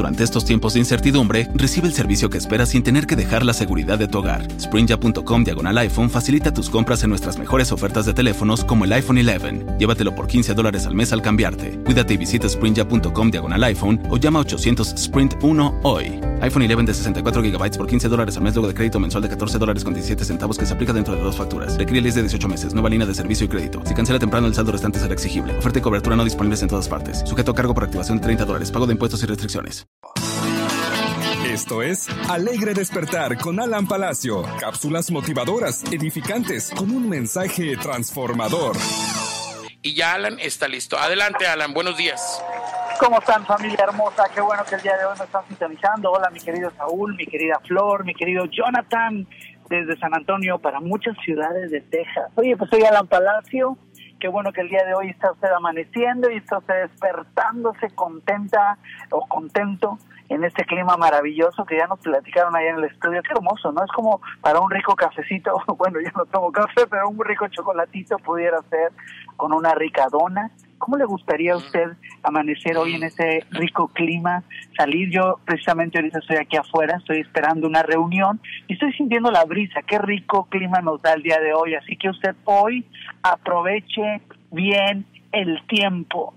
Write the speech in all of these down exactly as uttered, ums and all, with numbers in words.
durante estos tiempos de incertidumbre, recibe el servicio que esperas sin tener que dejar la seguridad de tu hogar. Sprint.com diagonal iPhone facilita tus compras en nuestras mejores ofertas de teléfonos como el iPhone once. Llévatelo por quince dólares al mes al cambiarte. Cuídate y visita Sprint.com diagonal iPhone o llama a ochocientos Sprint uno hoy. iPhone once de sesenta y cuatro gigabytes por quince dólares al mes luego de crédito mensual de catorce dólares con diecisiete centavos que se aplica dentro de dos facturas. Requiere lease de dieciocho meses. Nueva línea de servicio y crédito. Si cancela temprano, el saldo restante será exigible. Oferta y cobertura no disponibles en todas partes. Sujeto a cargo por activación de treinta dólares. Pago de impuestos y restricciones. Esto es Alegre Despertar con Alan Palacio. Cápsulas motivadoras, edificantes, con un mensaje transformador. Y ya Alan está listo. Adelante, Alan. Buenos días. ¿Cómo están, familia hermosa? Qué bueno que el día de hoy me están sintonizando. Hola, mi querido Saúl, mi querida Flor, mi querido Jonathan, desde San Antonio para muchas ciudades de Texas. Oye, pues soy Alan Palacio. Qué bueno que el día de hoy está usted amaneciendo y está usted despertándose contenta o contento en este clima maravilloso que ya nos platicaron allá en el estudio. Qué hermoso, ¿no? Es como para un rico cafecito, bueno, yo no tomo café, pero un rico chocolatito pudiera ser con una rica dona. ¿Cómo le gustaría a usted amanecer hoy en ese rico clima? Salir, yo precisamente ahorita estoy aquí afuera, estoy esperando una reunión y estoy sintiendo la brisa. Qué rico clima nos da el día de hoy, así que usted hoy aproveche bien el tiempo.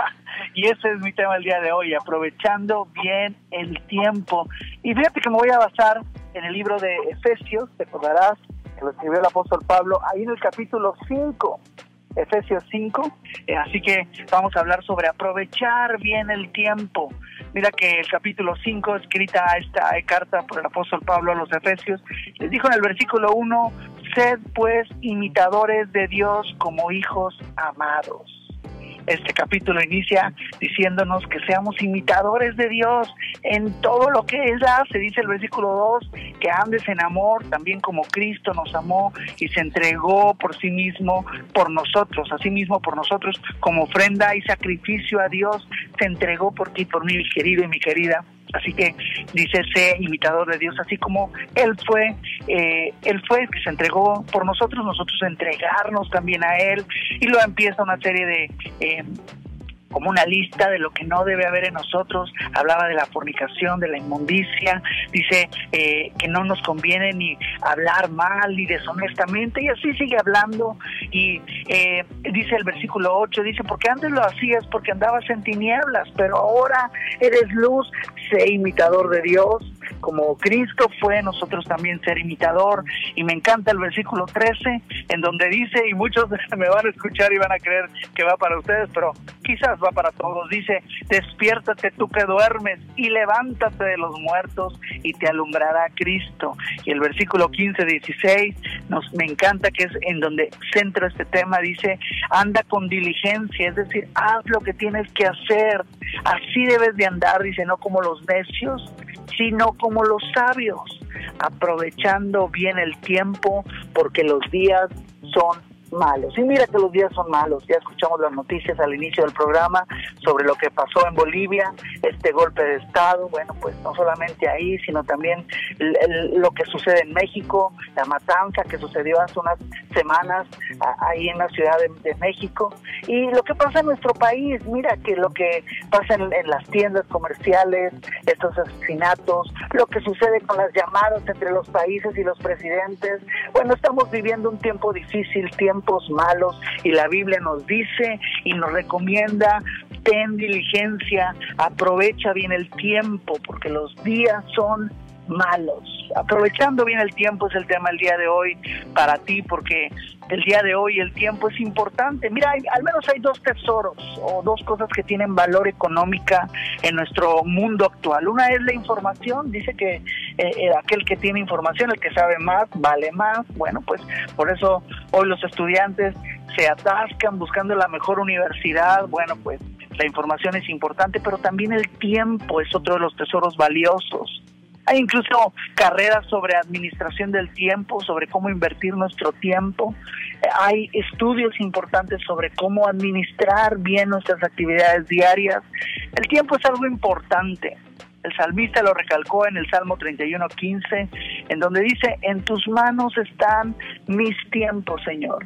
Y ese es mi tema el día de hoy, aprovechando bien el tiempo. Y fíjate que me voy a basar en el libro de Efesios, te acordarás que lo escribió el apóstol Pablo, ahí en el capítulo cinco. Efesios cinco, eh, así que vamos a hablar sobre aprovechar bien el tiempo. Mira que el capítulo cinco, escrita esta eh, carta por el apóstol Pablo a los Efesios, les dijo en el versículo uno, sed pues imitadores de Dios como hijos amados. Este capítulo inicia diciéndonos que seamos imitadores de Dios en todo lo que Él hace. Dice el versículo dos, que andes en amor, también como Cristo nos amó y se entregó por sí mismo, por nosotros, así mismo por nosotros, como ofrenda y sacrificio a Dios, se entregó por ti, por mí, mi querido y mi querida. Así que dice, sé imitador de Dios, así como Él fue, eh, Él fue el que se entregó por nosotros, nosotros entregarnos también a Él. Y luego empieza una serie de... Eh, como una lista de lo que no debe haber en nosotros. Hablaba de la fornicación, de la inmundicia, dice eh, que no nos conviene ni hablar mal ni deshonestamente, y así sigue hablando. Y eh, dice el versículo ocho, dice, porque antes lo hacías porque andabas en tinieblas, pero ahora eres luz, sé imitador de Dios, como Cristo fue, nosotros también ser imitador. Y me encanta el versículo trece, en donde dice, y muchos me van a escuchar y van a creer que va para ustedes, pero quizás va para todos, dice, despiértate tú que duermes y levántate de los muertos y te alumbrará Cristo. Y el versículo quince, dieciséis, nos, me encanta, que es en donde centro este tema, dice, anda con diligencia, es decir, haz lo que tienes que hacer, así debes de andar, dice, no como los necios, sino como los sabios, aprovechando bien el tiempo, porque los días son malos. Y mira que los días son malos. Ya escuchamos las noticias al inicio del programa sobre lo que pasó en Bolivia, este golpe de estado. Bueno, pues no solamente ahí, sino también el, el, lo que sucede en México, la matanza que sucedió hace unas semanas a, ahí en la Ciudad de, de México, y lo que pasa en nuestro país. Mira que lo que pasa en, en las tiendas comerciales, estos asesinatos, lo que sucede con las llamadas entre los países y los presidentes. Bueno, estamos viviendo un tiempo difícil, tiempo malos, y la Biblia nos dice y nos recomienda, ten diligencia, aprovecha bien el tiempo, porque los días son malos. Aprovechando bien el tiempo es el tema del día de hoy para ti, porque el día de hoy el tiempo es importante. Mira, hay, al menos hay dos tesoros o dos cosas que tienen valor económica en nuestro mundo actual. Una es la información. Dice que eh, aquel que tiene información, el que sabe más, vale más. Bueno, pues por eso hoy los estudiantes se atascan buscando la mejor universidad. Bueno, pues la información es importante, pero también el tiempo es otro de los tesoros valiosos. Hay incluso carreras sobre administración del tiempo, sobre cómo invertir nuestro tiempo. Hay estudios importantes sobre cómo administrar bien nuestras actividades diarias. El tiempo es algo importante. El salmista lo recalcó en el Salmo treinta y uno, quince, en donde dice, en tus manos están mis tiempos, Señor.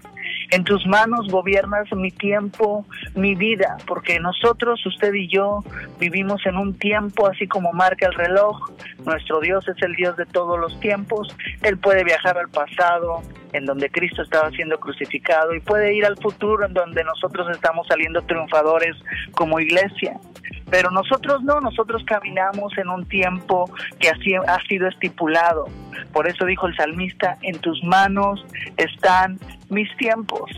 En tus manos gobiernas mi tiempo, mi vida, porque nosotros, usted y yo, vivimos en un tiempo así como marca el reloj. Nuestro Dios es el Dios de todos los tiempos. Él puede viajar al pasado, en donde Cristo estaba siendo crucificado, y puede ir al futuro, en donde nosotros estamos saliendo triunfadores como iglesia. Pero nosotros no, nosotros caminamos en un tiempo que así ha sido estipulado. Por eso dijo el salmista, en tus manos están mis tiempos.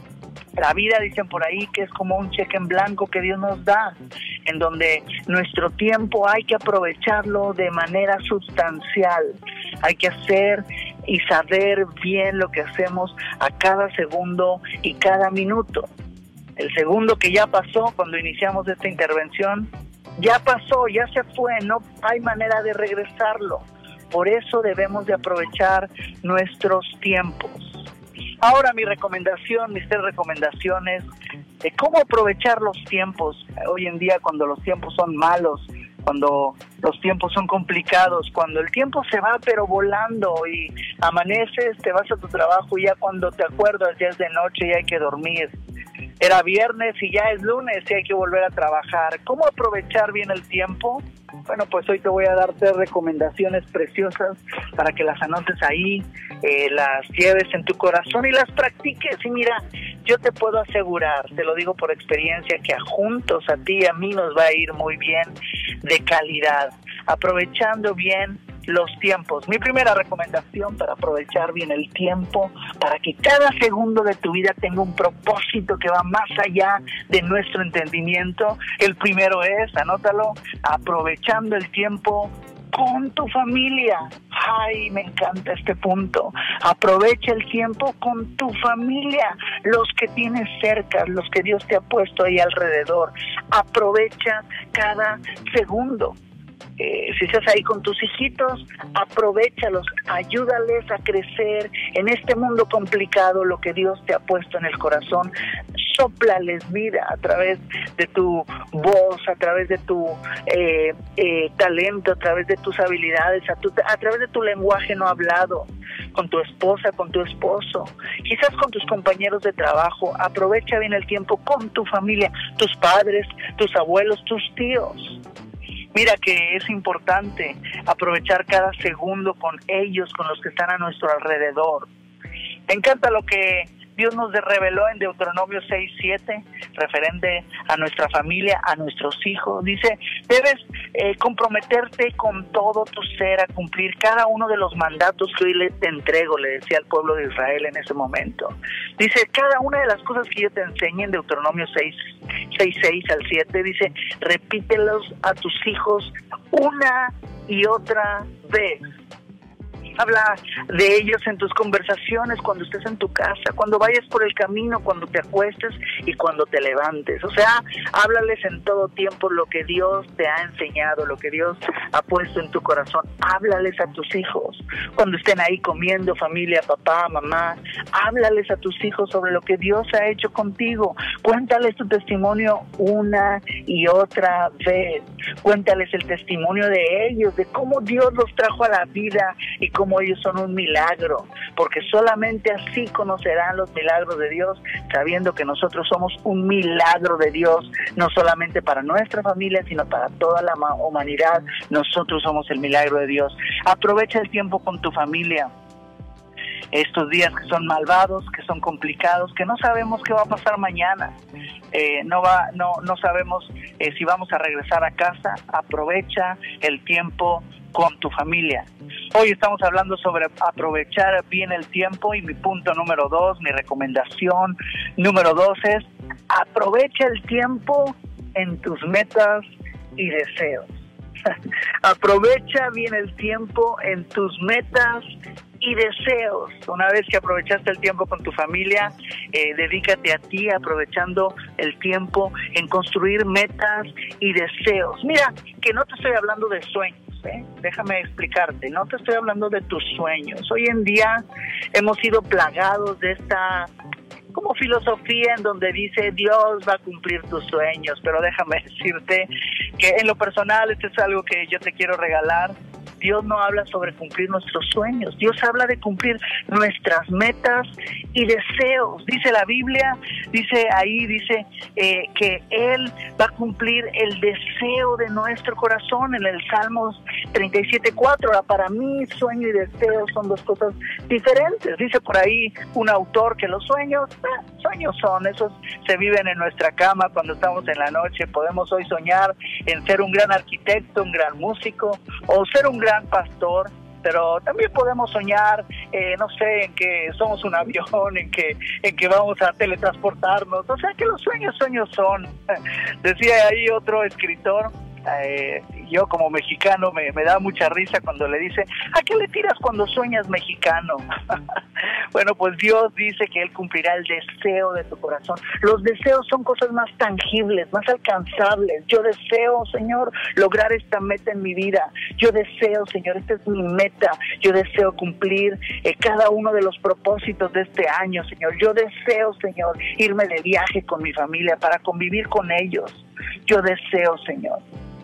La vida, dicen por ahí, que es como un cheque en blanco que Dios nos da, en donde nuestro tiempo hay que aprovecharlo de manera sustancial. Hay que hacer y saber bien lo que hacemos a cada segundo y cada minuto. El segundo que ya pasó cuando iniciamos esta intervención, ya pasó, ya se fue, no hay manera de regresarlo. Por eso debemos de aprovechar nuestros tiempos. Ahora mi recomendación, mis tres recomendaciones de cómo aprovechar los tiempos. Hoy en día, cuando los tiempos son malos, cuando los tiempos son complicados, cuando el tiempo se va pero volando y amaneces, te vas a tu trabajo y ya cuando te acuerdas ya es de noche y hay que dormir. Era viernes y ya es lunes y hay que volver a trabajar. ¿Cómo aprovechar bien el tiempo? Bueno, pues hoy te voy a dar tres recomendaciones preciosas para que las anotes ahí, eh, las lleves en tu corazón y las practiques. Y mira, yo te puedo asegurar, te lo digo por experiencia, que a juntos, a ti y a mí nos va a ir muy bien, de calidad, aprovechando bien los tiempos. Mi primera recomendación para aprovechar bien el tiempo, para que cada segundo de tu vida tenga un propósito que va más allá de nuestro entendimiento. El primero es, anótalo, aprovechando el tiempo con tu familia. Ay, me encanta este punto. Aprovecha el tiempo con tu familia, los que tienes cerca, los que Dios te ha puesto ahí alrededor. Aprovecha cada segundo. Eh, si estás ahí con tus hijitos, aprovéchalos, ayúdales a crecer en este mundo complicado, lo que Dios te ha puesto en el corazón. Sóplales vida a través de tu voz, a través de tu eh, eh, talento, a través de tus habilidades, a, tu, a través de tu lenguaje no hablado, con tu esposa, con tu esposo, quizás con tus compañeros de trabajo. Aprovecha bien el tiempo con tu familia, tus padres, tus abuelos, tus tíos. Mira que es importante aprovechar cada segundo con ellos, con los que están a nuestro alrededor. Me encanta lo que Dios nos reveló en Deuteronomio seis siete, referente a nuestra familia, a nuestros hijos. Dice, debes eh, comprometerte con todo tu ser a cumplir cada uno de los mandatos que hoy le, te entrego, le decía al pueblo de Israel en ese momento. Dice, cada una de las cosas que yo te enseñé en Deuteronomio seis, seis al siete, dice, repítelos a tus hijos una y otra vez. Habla de ellos en tus conversaciones, cuando estés en tu casa, cuando vayas por el camino, cuando te acuestes y cuando te levantes. O sea, háblales en todo tiempo lo que Dios te ha enseñado, lo que Dios ha puesto en tu corazón. Háblales a tus hijos. Cuando estén ahí comiendo, familia, papá, mamá, háblales a tus hijos sobre lo que Dios ha hecho contigo. Cuéntales tu testimonio una y otra vez. Cuéntales el testimonio de ellos, de cómo Dios los trajo a la vida y cómo como ellos son un milagro, porque solamente así conocerán los milagros de Dios, sabiendo que nosotros somos un milagro de Dios, no solamente para nuestra familia, sino para toda la humanidad. Nosotros somos el milagro de Dios. Aprovecha el tiempo con tu familia. Estos días que son malvados, que son complicados, que no sabemos qué va a pasar mañana, eh, no va, no, no sabemos eh, si vamos a regresar a casa. Aprovecha el tiempo con tu familia. Hoy estamos hablando sobre aprovechar bien el tiempo y mi punto número dos, mi recomendación número dos es aprovecha el tiempo en tus metas y deseos. Aprovecha bien el tiempo en tus metas y deseos. Una vez que aprovechaste el tiempo con tu familia, eh, dedícate a ti aprovechando el tiempo en construir metas y deseos. Mira, que no te estoy hablando de sueños, ¿eh? Déjame explicarte, no te estoy hablando de tus sueños. Hoy en día hemos sido plagados de esta como filosofía en donde dice Dios va a cumplir tus sueños, pero déjame decirte que en lo personal esto es algo que yo te quiero regalar. Dios no habla sobre cumplir nuestros sueños, Dios habla de cumplir nuestras metas y deseos. Dice la Biblia, dice ahí, dice eh, que Él va a cumplir el deseo de nuestro corazón en el Salmos treinta y siete cuatro. Ahora, para mí, sueño y deseo son dos cosas diferentes. Dice por ahí un autor que los sueños, eh, sueños son, esos se viven en nuestra cama cuando estamos en la noche. Podemos hoy soñar en ser un gran arquitecto, un gran músico o ser un gran pastor, pero también podemos soñar, eh, no sé, en que somos un avión, en que en que vamos a teletransportarnos. O sea que los sueños, sueños son. Decía ahí otro escritor, eh, yo como mexicano me, me da mucha risa cuando le dice, ¿a qué le tiras cuando sueñas mexicano? Bueno, pues Dios dice que Él cumplirá el deseo de tu corazón. Los deseos son cosas más tangibles, más alcanzables. Yo deseo, Señor, lograr esta meta en mi vida. Yo deseo, Señor, esta es mi meta. Yo deseo cumplir eh, cada uno de los propósitos de este año, Señor. Yo deseo, Señor, irme de viaje con mi familia para convivir con ellos. Yo deseo, Señor.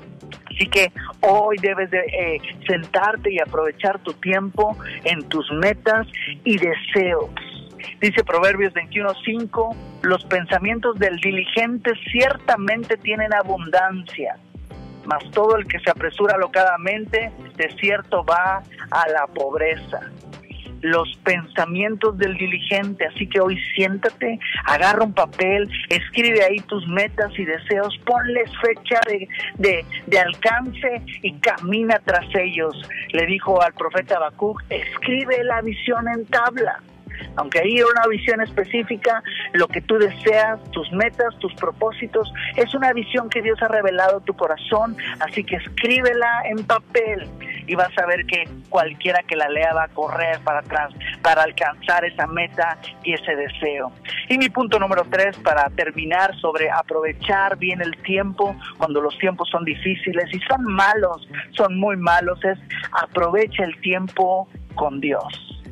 Así que hoy debes de eh, sentarte y aprovechar tu tiempo en tus metas y deseos. Dice Proverbios veintiuno cinco, los pensamientos del diligente ciertamente tienen abundancia, mas todo el que se apresura alocadamente, de cierto va a la pobreza. Los pensamientos del diligente, así que hoy siéntate, agarra un papel, escribe ahí tus metas y deseos, ponles fecha de, de, de alcance y camina tras ellos. Le dijo al profeta Habacuc, escribe la visión en tabla. Aunque ahí era una visión específica, lo que tú deseas, tus metas, tus propósitos, es una visión que Dios ha revelado a tu corazón, así que escríbela en papel y vas a ver que cualquiera que la lea va a correr para atrás, para alcanzar esa meta y ese deseo. Y mi punto número tres, para terminar, sobre aprovechar bien el tiempo cuando los tiempos son difíciles y son malos, son muy malos, es aprovecha el tiempo con Dios.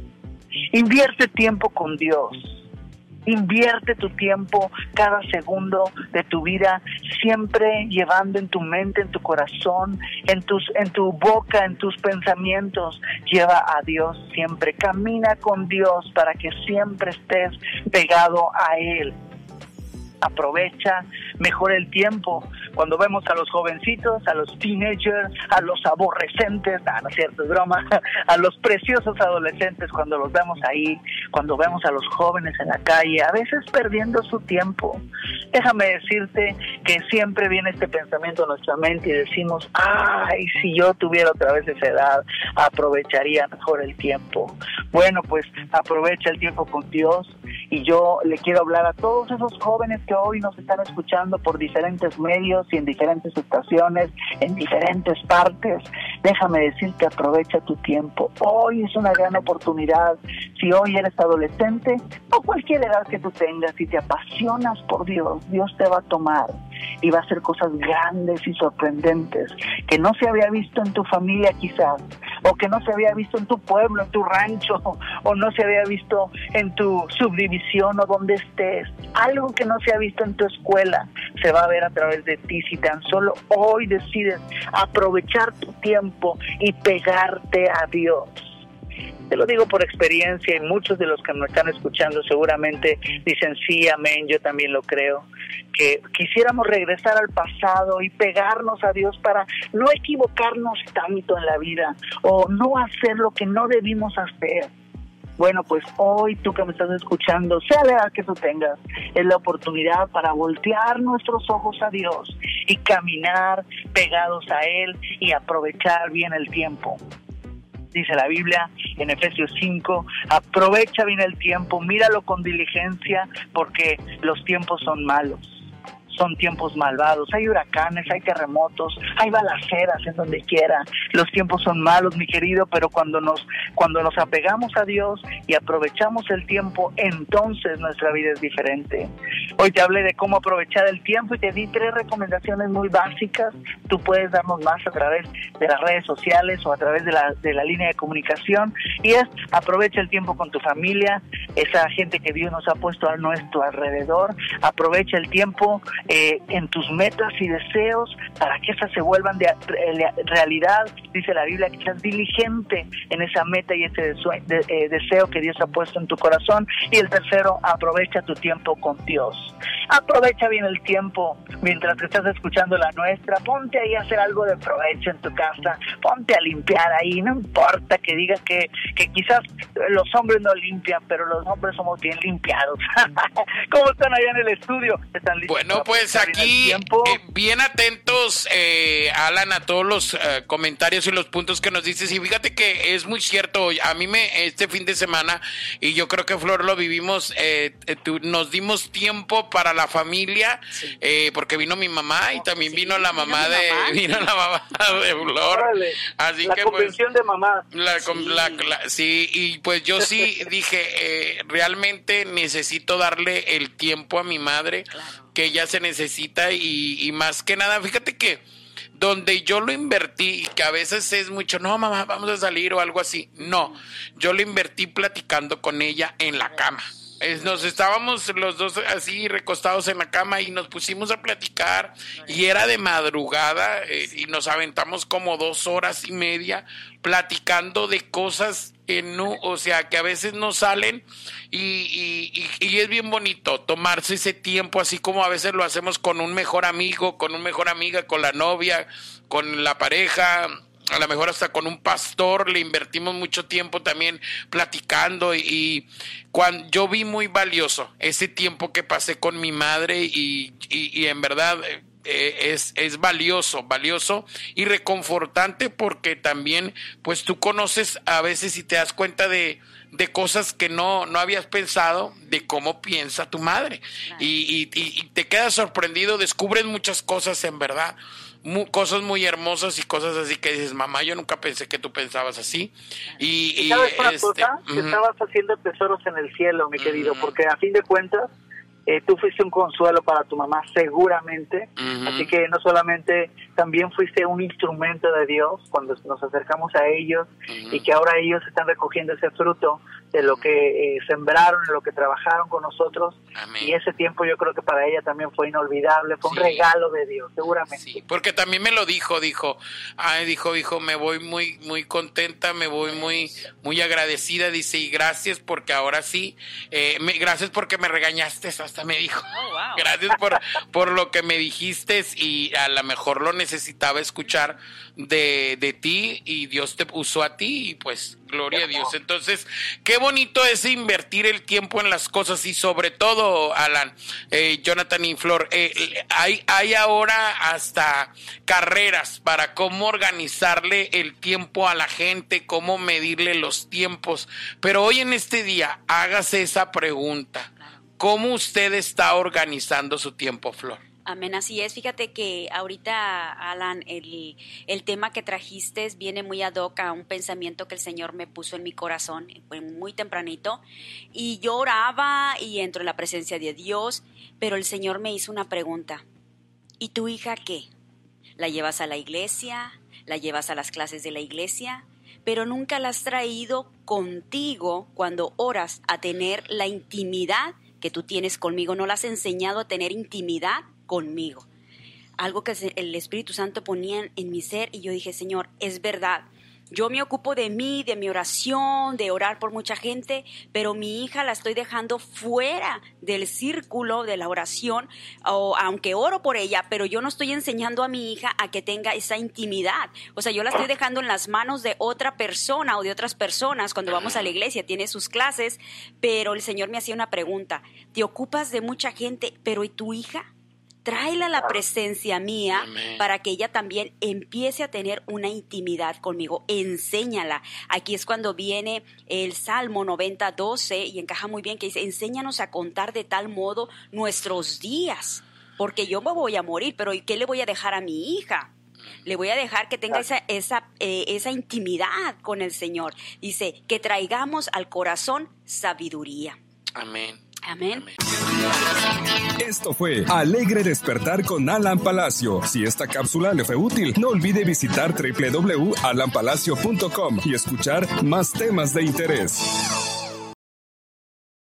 Invierte tiempo con Dios. Invierte tu tiempo, cada segundo de tu vida, siempre llevando en tu mente, en tu corazón, en tus, en tu boca, en tus pensamientos. Lleva a Dios siempre. Camina con Dios para que siempre estés pegado a Él. Aprovecha mejor el tiempo. Cuando vemos a los jovencitos, a los teenagers, a los aborrecentes, ah, no es cierto, es broma, a los preciosos adolescentes, cuando los vemos ahí, cuando vemos a los jóvenes en la calle, a veces perdiendo su tiempo, déjame decirte que siempre viene este pensamiento a nuestra mente y decimos, ay, si yo tuviera otra vez esa edad, aprovecharía mejor el tiempo. Bueno, pues aprovecha el tiempo con Dios, y yo le quiero hablar a todos esos jóvenes que hoy nos están escuchando por diferentes medios y en diferentes estaciones, en diferentes partes. Déjame decir que aprovecha tu tiempo. Hoy es una gran oportunidad. Si hoy eres adolescente o cualquier edad que tú tengas, si te apasionas por Dios, Dios te va a tomar y va a hacer cosas grandes y sorprendentes que no se había visto en tu familia quizás, o que no se había visto en tu pueblo, en tu rancho, o no se había visto en tu subdivisión o donde estés. Algo que no se ha visto en tu escuela se va a ver a través de ti si tan solo hoy decides aprovechar tu tiempo y pegarte a Dios. Te lo digo por experiencia, y muchos de los que me están escuchando seguramente dicen sí, amén, yo también lo creo, que quisiéramos regresar al pasado y pegarnos a Dios para no equivocarnos tanto en la vida o no hacer lo que no debimos hacer. Bueno, pues hoy tú que me estás escuchando, sea la edad que tú tengas, es la oportunidad para voltear nuestros ojos a Dios y caminar pegados a Él y aprovechar bien el tiempo. Dice la Biblia en Efesios cinco, aprovecha bien el tiempo, míralo con diligencia, porque los tiempos son malos. Son tiempos malvados, hay huracanes, hay terremotos, hay balaceras en donde quiera. Los tiempos son malos, mi querido, pero cuando nos cuando nos apegamos a Dios y aprovechamos el tiempo, entonces nuestra vida es diferente. Hoy te hablé de cómo aprovechar el tiempo y te di tres recomendaciones muy básicas. Tú puedes darnos más a través de las redes sociales o a través de la, de la línea de comunicación, y es: aprovecha el tiempo con tu familia, esa gente que Dios nos ha puesto a nuestro alrededor. Aprovecha el tiempo eh, en tus metas y deseos para que esas se vuelvan de realidad. Dice la Biblia que seas diligente en esa meta y ese deseo, de, eh, deseo que Dios ha puesto en tu corazón. Y el tercero, aprovecha tu tiempo con Dios. Aprovecha bien el tiempo mientras que estás escuchando la nuestra. Ponte ahí a hacer algo de provecho en tu casa, ponte a limpiar ahí, no importa que digas que, que quizás los hombres no limpian, pero los hombres somos bien limpiados. ¿Cómo están allá en el estudio? ¿Están listos? Bueno, pues aquí, eh, bien atentos, eh, Alan, a todos los eh, comentarios y los puntos que nos dices, y fíjate que es muy cierto, a mí me, este fin de semana, y yo creo que Flor lo vivimos, eh, tu, nos dimos tiempo para la familia, sí. eh, porque vino mi mamá y también sí, vino la mamá vino de mamá. vino la mamá de Flor. Órale, así la que convención pues, de mamá. La, sí. La, la, sí, y pues yo sí dije, eh, realmente necesito darle el tiempo a mi madre, claro. que ella se necesita y, y más que nada, fíjate que donde yo lo invertí, que a veces es mucho, no mamá, vamos a salir o algo así, no, yo lo invertí platicando con ella en la cama. Es, nos estábamos los dos así recostados en la cama y nos pusimos a platicar y era de madrugada eh, y nos aventamos como dos horas y media platicando de cosas que no, o sea, que a veces no salen y, y, y, y es bien bonito tomarse ese tiempo así como a veces lo hacemos con un mejor amigo, con un mejor amiga, con la novia, con la pareja. A lo mejor hasta con un pastor le invertimos mucho tiempo también platicando y, y cuando yo vi muy valioso ese tiempo que pasé con mi madre y, y, y en verdad eh, es, es valioso, valioso y reconfortante porque también pues tú conoces a veces y te das cuenta de, de cosas que no, no habías pensado de cómo piensa tu madre claro. y, y, y te quedas sorprendido, descubres muchas cosas en verdad. Muy, cosas muy hermosas y cosas así que dices, mamá, yo nunca pensé que tú pensabas así. Y, ¿Y sabes una este, cosa? Uh-huh. Que estabas haciendo tesoros en el cielo, mi querido, uh-huh. porque a fin de cuentas, eh, tú fuiste un consuelo para tu mamá, seguramente. Uh-huh. Así que no solamente, también fuiste un instrumento de Dios cuando nos acercamos a ellos uh-huh. y que ahora ellos están recogiendo ese fruto de lo que eh, sembraron, de lo que trabajaron con nosotros. Amén. Y ese tiempo yo creo que para ella también fue inolvidable, fue sí. un regalo de Dios, seguramente. Sí, porque también me lo dijo, dijo, ay, dijo, dijo, me voy muy, muy contenta, me voy muy, muy agradecida, dice, y gracias porque ahora sí, eh, me, gracias porque me regañaste, hasta me dijo, oh, wow. gracias por, por lo que me dijiste y a lo mejor lo necesitaba escuchar de, de ti y Dios te usó a ti y pues, gloria a Dios. Entonces, qué bonito es invertir el tiempo en las cosas y sobre todo, Alan, eh, Jonathan y Flor, eh, hay, hay ahora hasta carreras para cómo organizarle el tiempo a la gente, cómo medirle los tiempos, pero hoy en este día, hágase esa pregunta, ¿cómo usted está organizando su tiempo, Flor? Amén, así es. Fíjate que ahorita, Alan, el, el tema que trajiste viene muy ad hoc a un pensamiento que el Señor me puso en mi corazón muy tempranito y yo oraba y entro en la presencia de Dios, pero el Señor me hizo una pregunta. ¿Y tu hija qué? ¿La llevas a la iglesia? ¿La llevas a las clases de la iglesia? Pero nunca la has traído contigo cuando oras a tener la intimidad que tú tienes conmigo. No la has enseñado a tener intimidad conmigo. Algo que el Espíritu Santo ponía en mi ser y yo dije, Señor, es verdad. Yo me ocupo de mí, de mi oración, de orar por mucha gente, pero mi hija la estoy dejando fuera del círculo de la oración, o aunque oro por ella, pero yo no estoy enseñando a mi hija a que tenga esa intimidad. O sea, yo la estoy dejando en las manos de otra persona o de otras personas cuando vamos a la iglesia, tiene sus clases, pero el Señor me hacía una pregunta. ¿Te ocupas de mucha gente, pero ¿y tu hija? Tráela a la presencia mía Amén. Para que ella también empiece a tener una intimidad conmigo. Enséñala. Aquí es cuando viene el Salmo noventa, doce y encaja muy bien que dice, enséñanos a contar de tal modo nuestros días, porque yo me voy a morir, pero ¿y qué le voy a dejar a mi hija? Le voy a dejar que tenga esa, esa, eh, esa intimidad con el Señor. Dice, que traigamos al corazón sabiduría. Amén. Amén. Esto fue Alegre Despertar con Alan Palacio. Si esta cápsula le fue útil, no olvide visitar doble u doble u doble u punto alan palacio punto com y escuchar más temas de interés.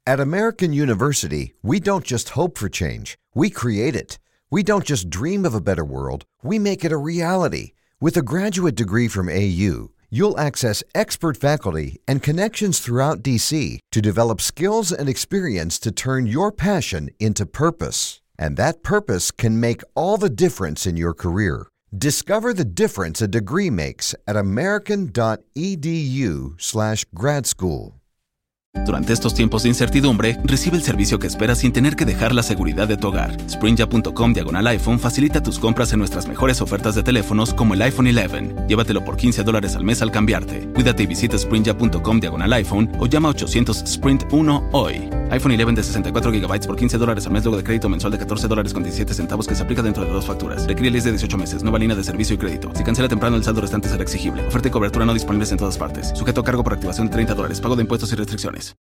At American University, we don't just hope for change, we create it. We don't just dream of a better world, we make it a reality. With a graduate degree from A U, you'll access expert faculty and connections throughout D C to develop skills and experience to turn your passion into purpose. And that purpose can make all the difference in your career. Discover the difference a degree makes at american.edu slash grad school. Durante estos tiempos de incertidumbre, recibe el servicio que esperas sin tener que dejar la seguridad de tu hogar. Sprinja.com diagonal iPhone facilita tus compras en nuestras mejores ofertas de teléfonos como el iPhone once. Llévatelo por quince dólares al mes al cambiarte. Cuídate y visita Sprinja.com diagonal iPhone o llama a ochocientos Sprint uno hoy. iPhone once de sesenta y cuatro gigabytes por quince dólares al mes luego de crédito mensual de catorce dólares con diecisiete centavos que se aplica dentro de dos facturas. Requiere lease de dieciocho meses. Nueva línea de servicio y crédito. Si cancela temprano, el saldo restante será exigible. Oferta y cobertura no disponibles en todas partes. Sujeto a cargo por activación de treinta dólares. Pago de impuestos y restricciones.